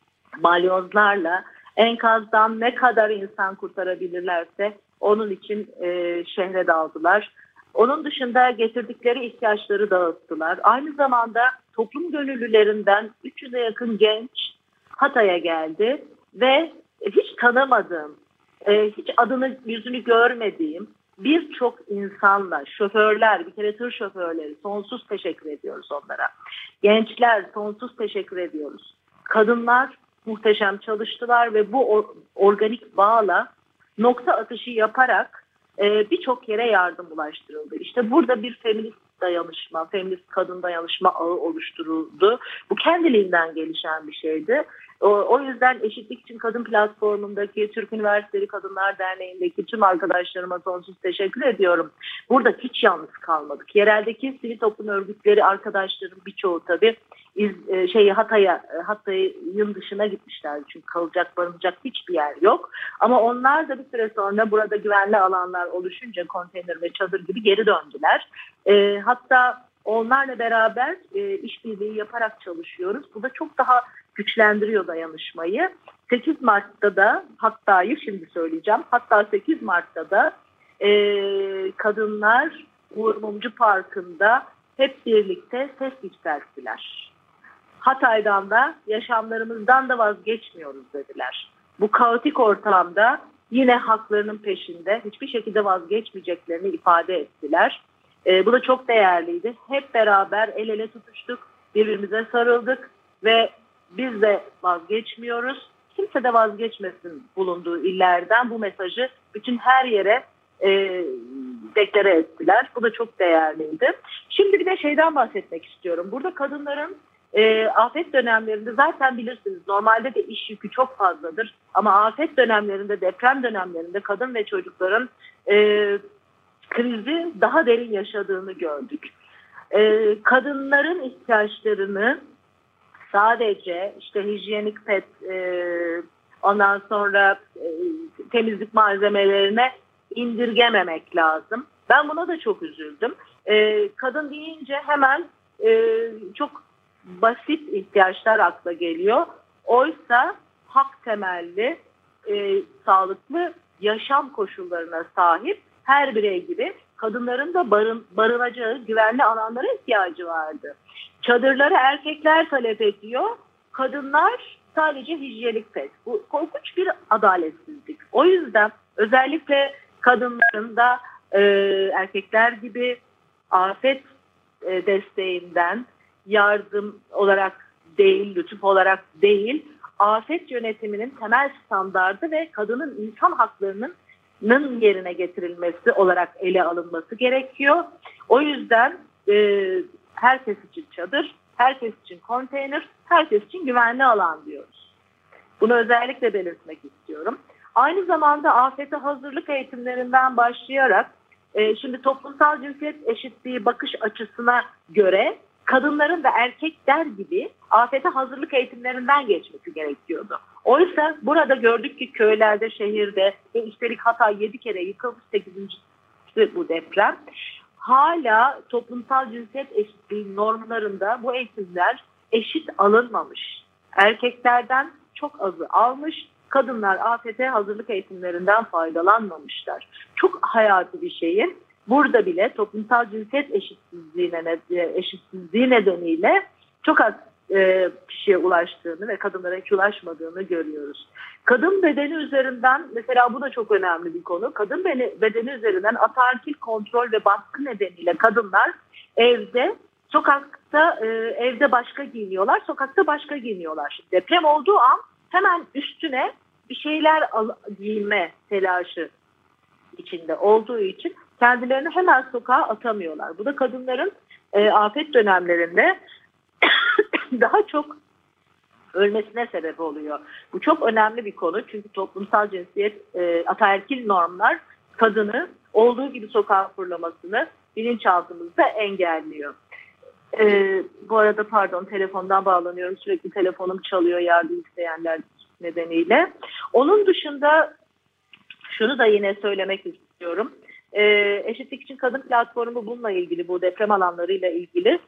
balyozlarla enkazdan ne kadar insan kurtarabilirlerse onun için e, şehre daldılar. Onun dışında getirdikleri ihtiyaçları dağıttılar. Aynı zamanda toplum gönüllülerinden üç yüze yakın genç Hatay'a geldi ve hiç tanımadığım, e, hiç adını yüzünü görmediğim birçok insanla, şoförler, bir kere tır şoförleri, sonsuz teşekkür ediyoruz onlara. Gençler, sonsuz teşekkür ediyoruz. Kadınlar muhteşem çalıştılar ve bu organik bağla nokta atışı yaparak e, birçok yere yardım ulaştırıldı. İşte burada bir feminist dayanışma, feminist kadın dayanışma ağı oluşturuldu. Bu kendiliğinden gelişen bir şeydi. O, o yüzden Eşitlik için Kadın platformundaki, Türk Üniversiteli Kadınlar Derneği'ndeki tüm arkadaşlarıma sonsuz teşekkür ediyorum. Burada hiç yalnız kalmadık. Yereldeki sivil toplum örgütleri arkadaşlarım birçoğu tabii iz, şey Hatay'a, Hatay'ın dışına gitmişler. Çünkü kalacak, barınacak hiçbir yer yok. Ama onlar da bir süre sonra burada güvenli alanlar oluşunca konteyner ve çadır gibi geri döndüler. E, hatta onlarla beraber e, işbirliği yaparak çalışıyoruz. Bu da çok daha güçlendiriyor dayanışmayı. sekiz Mart'ta da, hatta şimdi söyleyeceğim, hatta sekiz Mart'ta da e, kadınlar Uğur Mumcu Parkı'nda hep birlikte ses yükselttiler. Hatay'dan da, yaşamlarımızdan da vazgeçmiyoruz dediler. Bu kaotik ortamda yine haklarının peşinde, hiçbir şekilde vazgeçmeyeceklerini ifade ettiler. E, bu da çok değerliydi. Hep beraber el ele tutuştuk, birbirimize sarıldık ve biz de vazgeçmiyoruz. Kimse de vazgeçmesin bulunduğu illerden. Bu mesajı bütün her yere e, deklare ettiler. Bu da çok değerliydi. Şimdi bir de şeyden bahsetmek istiyorum. Burada kadınların e, afet dönemlerinde, zaten bilirsiniz normalde de iş yükü çok fazladır. Ama afet dönemlerinde, deprem dönemlerinde kadın ve çocukların e, krizi daha derin yaşadığını gördük. E, kadınların ihtiyaçlarını sadece işte hijyenik pet, e, ondan sonra e, temizlik malzemelerine indirgememek lazım. Ben buna da çok üzüldüm. E, kadın deyince hemen e, çok basit ihtiyaçlar akla geliyor. Oysa hak temelli, e, sağlıklı yaşam koşullarına sahip her birey gibi kadınların da barın, barınacağı güvenli alanlara ihtiyacı vardı. Çadırları erkekler talep ediyor, kadınlar sadece hijyenik pet. Bu korkunç bir adaletsizlik. O yüzden özellikle kadınların da e, erkekler gibi afet e, desteğinden yardım olarak değil, lütuf olarak değil, afet yönetiminin temel standardı ve kadının insan haklarının yerine getirilmesi olarak ele alınması gerekiyor. O yüzden e, herkes için çadır, herkes için konteyner, herkes için güvenli alan diyoruz. Bunu özellikle belirtmek istiyorum. Aynı zamanda afete hazırlık eğitimlerinden başlayarak e, şimdi toplumsal cinsiyet eşitliği bakış açısına göre kadınların da erkekler gibi afete hazırlık eğitimlerinden geçmesi gerekiyordu. Oysa burada gördük ki köylerde, şehirde ve üstelik Hatay yedi kere yıkılmış, sekizinci geçti bu deprem. Hala toplumsal cinsiyet eşitliği normlarında bu eğitimler eşit alınmamış. Erkeklerden çok azı almış, kadınlar afete hazırlık eğitimlerinden faydalanmamışlar. Çok hayati bir şeyin burada bile toplumsal cinsiyet eşitsizliğine, eşitsizliği nedeniyle çok az e, kişiye ulaştığını ve kadınlara hiç ulaşmadığını görüyoruz. Kadın bedeni üzerinden, mesela bu da çok önemli bir konu, kadın bedeni üzerinden ataerkil kontrol ve baskı nedeniyle kadınlar evde, sokakta, e, evde başka giyiniyorlar, sokakta başka giyiniyorlar. Şimdi deprem olduğu an hemen üstüne bir şeyler al- giyme telaşı içinde olduğu için kendilerini hemen sokağa atamıyorlar. Bu da kadınların e, afet dönemlerinde daha çok ölmesine sebep oluyor. Bu çok önemli bir konu çünkü toplumsal cinsiyet, e, ataerkil normlar kadını olduğu gibi sokağa fırlamasını bilinçaltımızda engelliyor. E, bu arada pardon, telefondan bağlanıyorum. Sürekli telefonum çalıyor yardım isteyenler nedeniyle. Onun dışında şunu da yine söylemek istiyorum. E, Eşitlik için Kadın Platformu bununla ilgili, bu deprem alanlarıyla ilgili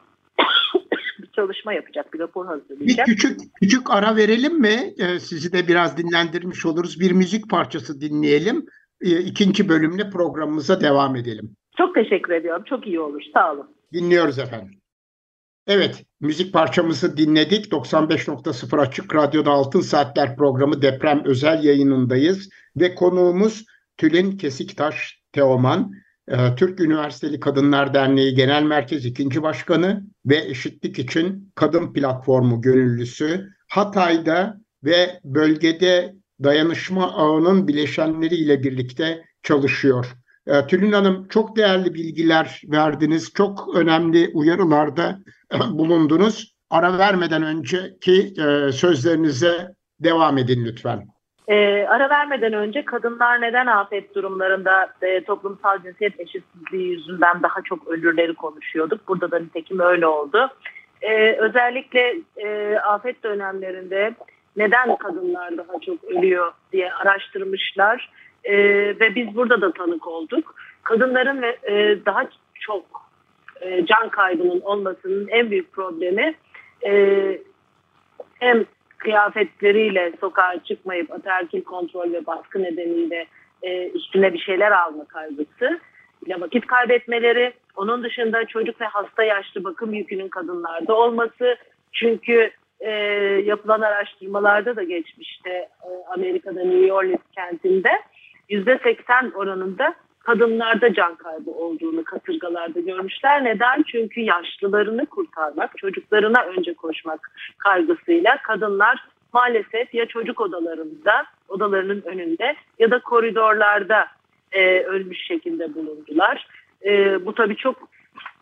bir çalışma yapacak, bir rapor hazırlayacak. Bir küçük küçük ara verelim mi? Ee, sizi de biraz dinlendirmiş oluruz. Bir müzik parçası dinleyelim. Ee, ikinci bölümle programımıza devam edelim. Çok teşekkür ediyorum. Çok iyi olur. Sağ olun. Dinliyoruz efendim. Evet, müzik parçamızı dinledik. doksan beş nokta sıfır Açık Radyo'da Altın Saatler programı deprem özel yayınındayız. Ve konuğumuz Tülin Kesiktaş Teoman, Türk Üniversiteli Kadınlar Derneği Genel Merkez ikinci Başkanı ve Eşitlik için Kadın Platformu gönüllüsü. Hatay'da ve bölgede dayanışma ağının bileşenleriyle birlikte çalışıyor. Tülin Hanım, çok değerli bilgiler verdiniz. Çok önemli uyarılarda bulundunuz. Ara vermeden önceki sözlerinize devam edin lütfen. E, ara vermeden önce kadınlar neden afet durumlarında e, toplumsal cinsiyet eşitsizliği yüzünden daha çok ölürleri konuşuyorduk. Burada da nitekim öyle oldu. E, özellikle e, afet dönemlerinde neden kadınlar daha çok ölüyor diye araştırmışlar. E, ve biz burada da tanık olduk. Kadınların ve e, daha çok e, can kaybının olmasının en büyük problemi e, hem kıyafetleriyle sokağa çıkmayıp ataerkil kontrol ve baskı nedeniyle e, üstüne bir şeyler alma kaygısı ile vakit kaybetmeleri. Onun dışında çocuk ve hasta yaşlı bakım yükünün kadınlarda olması. Çünkü e, yapılan araştırmalarda da geçmişte e, Amerika'da New Orleans kentinde yüzde seksen oranında kadınlarda can kaybı olduğunu kasırgalarda görmüşler. Neden? Çünkü yaşlılarını kurtarmak, çocuklarına önce koşmak kaygısıyla kadınlar maalesef ya çocuk odalarında, odalarının önünde ya da koridorlarda e, ölmüş şekilde bulundular. E, bu tabii çok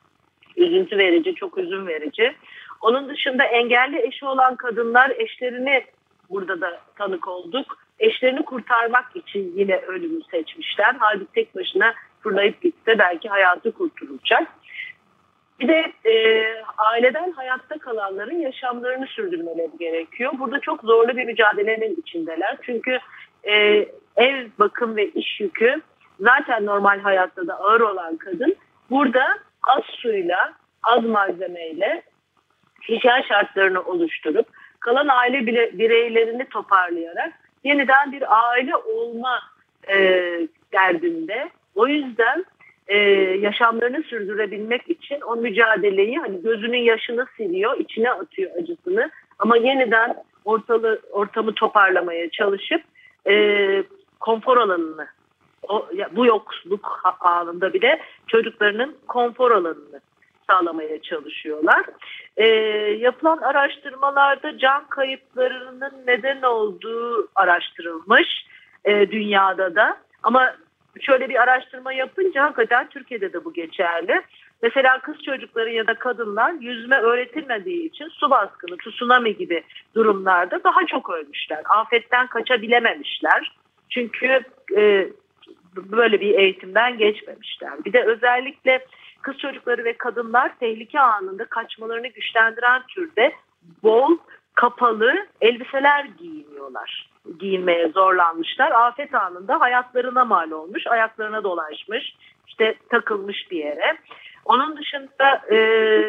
üzüntü verici, çok üzün verici. Onun dışında engelli eşi olan kadınlar, eşlerini burada da tanık olduk. Eşlerini kurtarmak için yine ölümü seçmişler. Halbuki tek başına fırlayıp gitse belki hayatı kurtulacak. Bir de e, aileden hayatta kalanların yaşamlarını sürdürmeleri gerekiyor. Burada çok zorlu bir mücadelenin içindeler. Çünkü e, ev, bakım ve iş yükü zaten normal hayatta da ağır olan kadın burada az suyla, az malzemeyle hijyen şartlarını oluşturup kalan aile bireylerini toparlayarak yeniden bir aile olma e, derdinde. O yüzden e, yaşamlarını sürdürebilmek için o mücadeleyi, hani gözünün yaşını siliyor, içine atıyor acısını ama yeniden ortalı, ortamı toparlamaya çalışıp e, konfor alanını, o, ya, bu yoksulluk anında bile çocuklarının konfor alanını sağlamaya çalışıyorlar. E, yapılan araştırmalarda can kayıplarının neden olduğu araştırılmış e, dünyada da. Ama şöyle bir araştırma yapınca hakikaten Türkiye'de de bu geçerli. Mesela kız çocukları ya da kadınlar yüzme öğretilmediği için su baskını, tsunami gibi durumlarda daha çok ölmüşler. Afetten kaçabilememişler. Çünkü e, böyle bir eğitimden geçmemişler. Bir de özellikle kız çocukları ve kadınlar tehlike anında kaçmalarını güçlendiren türde bol kapalı elbiseler giyiniyorlar. Giyinmeye zorlanmışlar. Afet anında hayatlarına mal olmuş, ayaklarına dolaşmış, işte takılmış bir yere. Onun dışında e,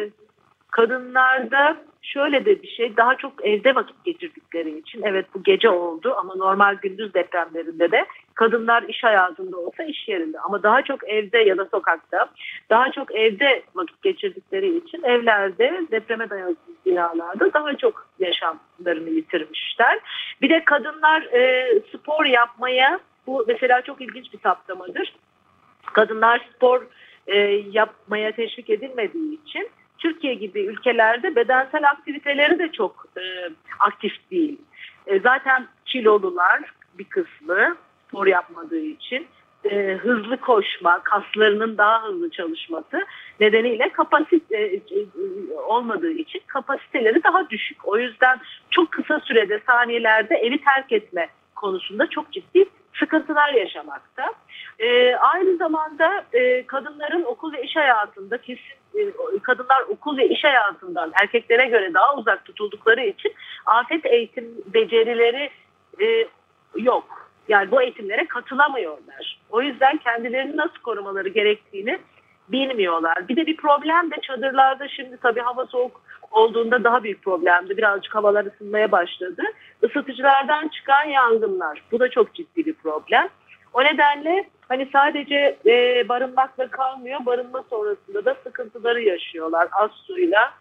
kadınlarda şöyle de bir şey, daha çok evde vakit geçirdikleri için, evet bu gece oldu ama normal gündüz depremlerinde de kadınlar iş hayatında olsa iş yerinde ama daha çok evde ya da sokakta, daha çok evde vakit geçirdikleri için evlerde, depreme dayanıklı binalarda daha çok yaşamlarını yitirmişler. Bir de kadınlar e, spor yapmaya, bu mesela çok ilginç bir saptamadır. Kadınlar spor e, yapmaya teşvik edilmediği için Türkiye gibi ülkelerde bedensel aktiviteleri de çok e, aktif değil. E, zaten kilolular bir kısmı spor yapmadığı için e, hızlı koşma, kaslarının daha hızlı çalışması nedeniyle kapasite e, e, olmadığı için kapasiteleri daha düşük. O yüzden çok kısa sürede, saniyelerde evi terk etme konusunda çok ciddi sıkıntılar yaşamakta. E, aynı zamanda e, kadınların okul ve iş hayatında kesin e, kadınlar okul ve iş hayatından erkeklere göre daha uzak tutuldukları için afet eğitim becerileri e, yok. Yani bu eğitimlere katılamıyorlar. O yüzden kendilerini nasıl korumaları gerektiğini bilmiyorlar. Bir de bir problem de çadırlarda, şimdi tabii hava soğuk olduğunda daha büyük problemdi. Birazcık havalar ısınmaya başladı. Isıtıcılardan çıkan yangınlar. Bu da çok ciddi bir problem. O nedenle hani sadece e, barınmakla kalmıyor. Barınma sonrasında da sıkıntıları yaşıyorlar. Az suyla,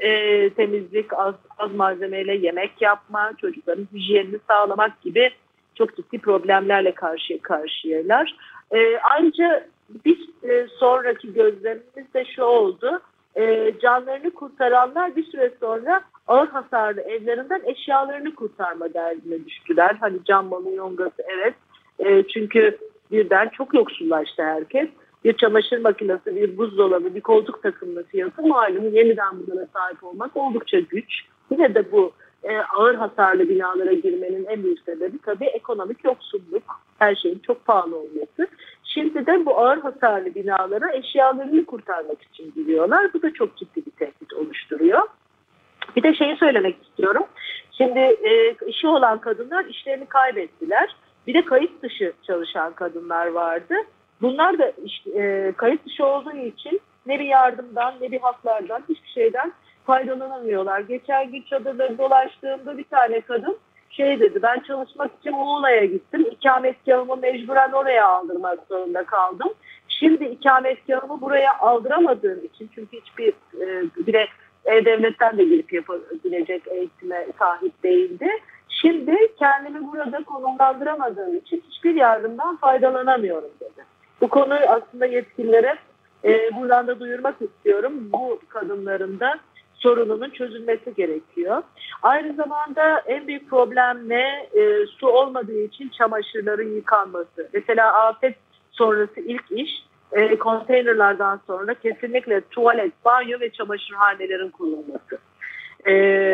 e, temizlik, az, az malzemeyle yemek yapma, çocukların hijyenini sağlamak gibi çok ciddi problemlerle karşı karşıyalar. E, ayrıca bir e, sonraki gözlemimiz de şu oldu. E, canlarını kurtaranlar bir süre sonra ağır hasarlı evlerinden eşyalarını kurtarma derdine düştüler. Hani cam malı yongası, evet. E, çünkü birden çok yoksullaştı herkes. Bir çamaşır makinesi, bir buzdolabı, bir koltuk takımının fiyatı malum, yeniden bunlara sahip olmak oldukça güç. Yine de bu e, ağır hasarlı binalara girmenin en büyük sebebi tabii ekonomik yoksulluk. Her şeyin çok pahalı olması. Şimdi de bu ağır hasarlı binalara eşyalarını kurtarmak için giriyorlar. Bu da çok ciddi bir tehdit oluşturuyor. Bir de şeyi söylemek istiyorum. Şimdi e, işi olan kadınlar işlerini kaybettiler. Bir de kayıt dışı çalışan kadınlar vardı. Bunlar da işte, e, kayıt dışı olduğu için ne bir yardımdan ne bir haklardan, hiçbir şeyden faydalanamıyorlar. Geçen gün çadırları dolaştığımda bir tane kadın şey dedi, ben çalışmak için Muğla'ya gittim. İkametgahımı mecburen oraya aldırmak zorunda kaldım. Şimdi ikametgahımı buraya aldıramadığım için, çünkü hiçbir e, bir de E-Devlet'ten de gelip yapabilecek eğitime sahip değildi. Şimdi kendimi burada konumlandıramadığım için hiçbir yardımdan faydalanamıyorum dedi. Bu konuyu aslında yetkililere e, buradan da duyurmak istiyorum. Bu kadınların da sorununun çözülmesi gerekiyor. Aynı zamanda en büyük problem ne? E, su olmadığı için çamaşırların yıkanması. Mesela afet sonrası ilk iş e, konteynerlardan sonra kesinlikle tuvalet, banyo ve çamaşırhanelerin kurulması. E,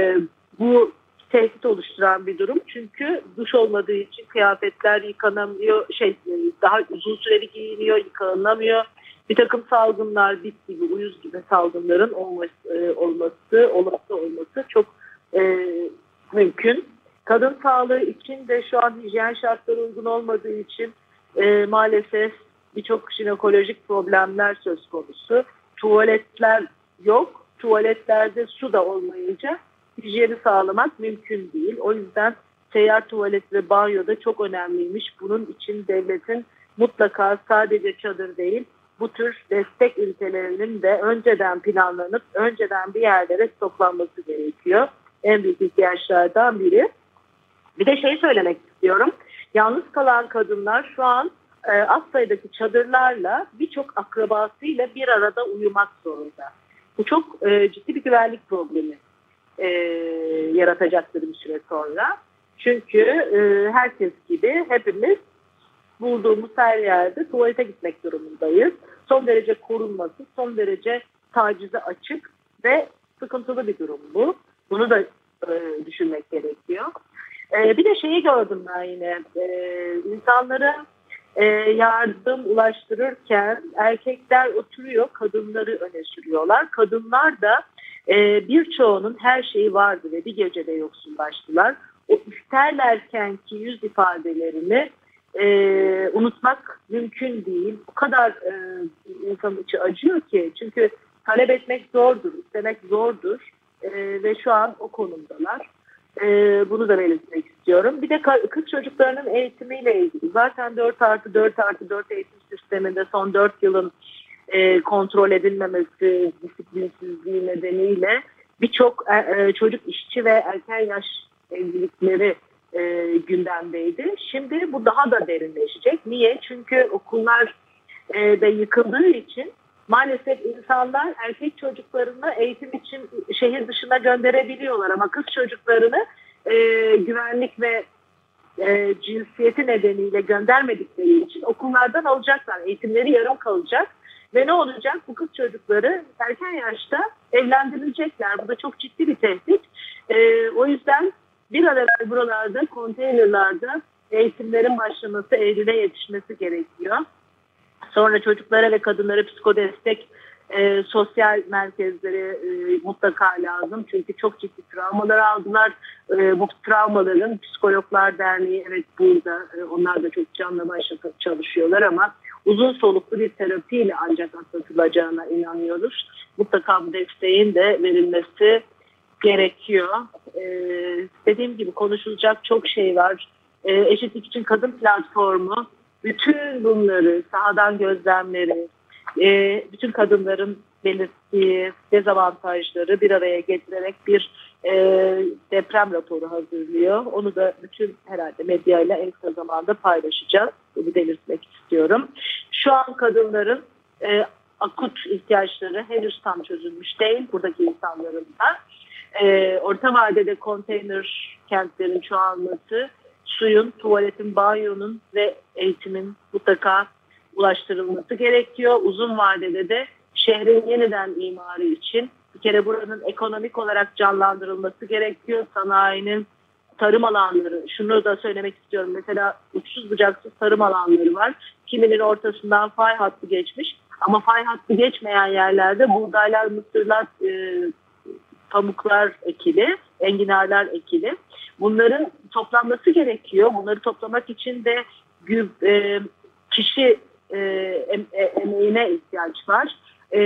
bu tehdit oluşturan bir durum. Çünkü duş olmadığı için kıyafetler yıkanamıyor, şey daha uzun süreli giyiniyor, yıkanamıyor. Bir takım salgınlar, bit gibi, uyuz gibi salgınların olması, e, olması olası olması çok e, mümkün. Kadın sağlığı için de şu an hijyen şartları uygun olmadığı için e, maalesef birçok jinekolojik problemler söz konusu. Tuvaletler yok. Tuvaletlerde su da olmayınca hijyeni sağlamak mümkün değil. O yüzden seyyar tuvalet ve banyo da çok önemliymiş. Bunun için devletin mutlaka sadece çadır değil, bu tür destek ünitelerinin de önceden planlanıp önceden bir yerlere stoklanması gerekiyor. En büyük ihtiyaçlardan biri. Bir de şey söylemek istiyorum. Yalnız kalan kadınlar şu an e, az sayıdaki çadırlarla birçok akrabasıyla bir arada uyumak zorunda. Bu çok e, ciddi bir güvenlik problemi e, yaratacaktır bir süre sonra. Çünkü e, herkes gibi hepimiz bulduğumuz her yerde tuvalete gitmek durumundayız. Son derece korunması, son derece tacize açık ve sıkıntılı bir durum bu. Bunu da e, düşünmek gerekiyor. E, bir de şeyi gördüm ben yine. E, insanlara e, yardım ulaştırırken erkekler oturuyor, kadınları öne sürüyorlar. Kadınlar da E, birçoğunun her şeyi vardı ve bir gecede yoksullaştılar. O isterlerkenki yüz ifadelerini e, unutmak mümkün değil. O kadar e, insanın içi acıyor ki. Çünkü talep etmek zordur, istemek zordur e, ve şu an o konumdalar. E, bunu da belirtmek istiyorum. Bir de kız çocuklarının eğitimiyle ilgili. Zaten dört artı dört artı dört eğitim sisteminde son dört yılın e, kontrol edilmemesi, disiplinsizliği nedeniyle birçok e, çocuk işçi ve erken yaş evlilikleri e, gündemdeydi. Şimdi bu daha da derinleşecek. Niye? Çünkü okullar e, da yıkıldığı için maalesef insanlar erkek çocuklarını eğitim için şehir dışına gönderebiliyorlar ama kız çocuklarını e, güvenlik ve e, cinsiyeti nedeniyle göndermedikleri için okullardan alacaklar. Eğitimleri yarım kalacak ve ne olacak? Bu kız çocukları erken yaşta evlendirilecekler. Bu da çok ciddi bir tehdit. E, o yüzden bir an evvel buralarda, konteynerlarda eğitimlerin başlaması, Eylül'e yetişmesi gerekiyor. Sonra çocuklara ve kadınlara psikodestek e, sosyal merkezleri e, mutlaka lazım. Çünkü çok ciddi travmalar aldılar. E, bu travmaların Psikologlar Derneği evet burada. E, onlar da çok canla başla çalışıyorlar ama uzun soluklu bir terapiyle ancak atlatılacağına inanıyoruz. Mutlaka bu desteğin de verilmesi gerekiyor. Ee, dediğim gibi konuşulacak çok şey var. Ee, Eşitlik için Kadın Platformu bütün bunları, sahadan gözlemleri, e, bütün kadınların belirttiği dezavantajları bir araya getirerek bir e, deprem raporu hazırlıyor. Onu da bütün herhalde medyayla en kısa zamanda paylaşacağız. Bunu belirtmek istiyorum. Şu an kadınların e, akut ihtiyaçları henüz tam çözülmüş değil. Buradaki insanların da. E, orta vadede konteyner kentlerin çoğalması, suyun, tuvaletin, banyonun ve eğitimin mutlaka ulaştırılması gerekiyor. Uzun vadede de şehrin yeniden imarı için bir kere buranın ekonomik olarak canlandırılması gerekiyor. Sanayinin, tarım alanları, şunu da söylemek istiyorum. Mesela uçsuz bucaksız tarım alanları var. Kiminin ortasından fay hattı geçmiş ama fay hattı geçmeyen yerlerde buğdaylar, mısırlar, e, pamuklar ekili, enginarlar ekili. Bunların toplanması gerekiyor. Bunları toplamak için de e, kişi e, e, emeğine ihtiyaç var. E,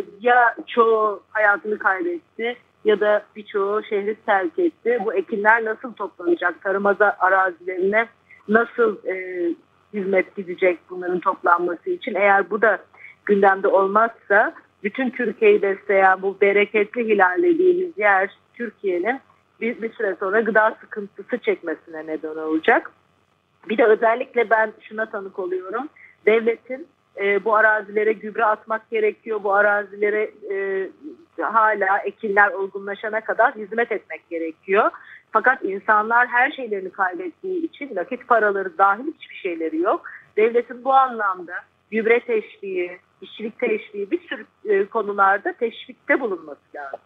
ya çoğu hayatını kaybetti ya da birçoğu şehri terk etti. Bu ekinler nasıl toplanacak? Tarım arazilerine nasıl e, hizmet gidecek bunların toplanması için? Eğer bu da gündemde olmazsa bütün Türkiye'yi besleyen bu bereketli hilal dediğimiz yer Türkiye'nin bir, bir süre sonra gıda sıkıntısı çekmesine neden olacak. Bir de özellikle ben şuna tanık oluyorum. Devletin e, bu arazilere gübre atmak gerekiyor. Bu arazilere e, hala ekinler olgunlaşana kadar hizmet etmek gerekiyor. Fakat insanlar her şeylerini kaybettiği için nakit paraları dahil hiçbir şeyleri yok. Devletin bu anlamda gübre teşviği, işçilik teşviği bir sürü e, konularda teşvikte bulunması lazım.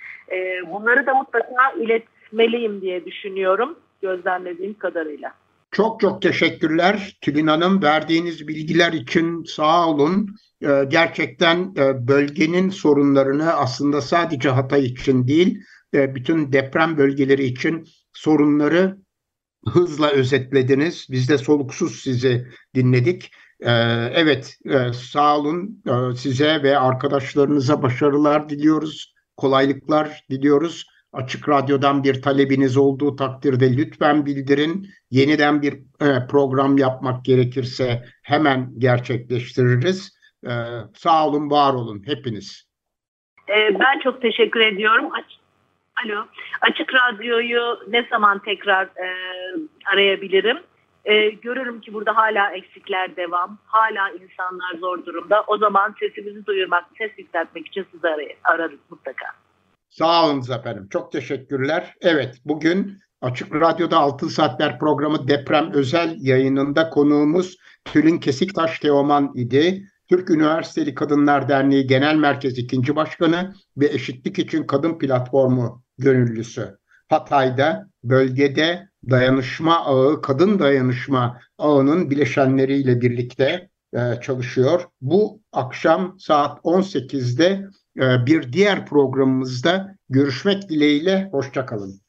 E, bunları da mutlaka iletmeliyim diye düşünüyorum gözlemlediğim kadarıyla. Çok çok teşekkürler Tülin Hanım. Verdiğiniz bilgiler için sağ olun. Ee, gerçekten e, bölgenin sorunlarını aslında sadece Hatay için değil, e, bütün deprem bölgeleri için sorunları hızla özetlediniz. Biz de soluksuz sizi dinledik. Ee, evet, e, sağ olun. Ee, size ve arkadaşlarınıza başarılar diliyoruz. Kolaylıklar diliyoruz. Açık Radyo'dan bir talebiniz olduğu takdirde lütfen bildirin. Yeniden bir e, program yapmak gerekirse hemen gerçekleştiririz. Ee, sağ olun, var olun hepiniz. Ee, ben çok teşekkür ediyorum. Aç, Alo, Açık Radyo'yu ne zaman tekrar e, arayabilirim? E, görürüm ki burada hala eksikler devam. Hala insanlar zor durumda. O zaman sesimizi duyurmak, ses yükseltmek için sizi aray- ararız mutlaka. Sağ olun efendim. Çok teşekkürler. Evet, bugün Açık Radyo'da Altın Saatler programı deprem özel yayınında konuğumuz Tülin Kesiktaş Teoman idi. Türk Üniversiteli Kadınlar Derneği Genel Merkez ikinci Başkanı ve Eşitlik için Kadın Platformu gönüllüsü. Hatay'da, bölgede dayanışma ağı, kadın dayanışma ağının bileşenleriyle birlikte e, çalışıyor. Bu akşam saat on sekizde bir diğer programımızda görüşmek dileğiyle. Hoşça kalın.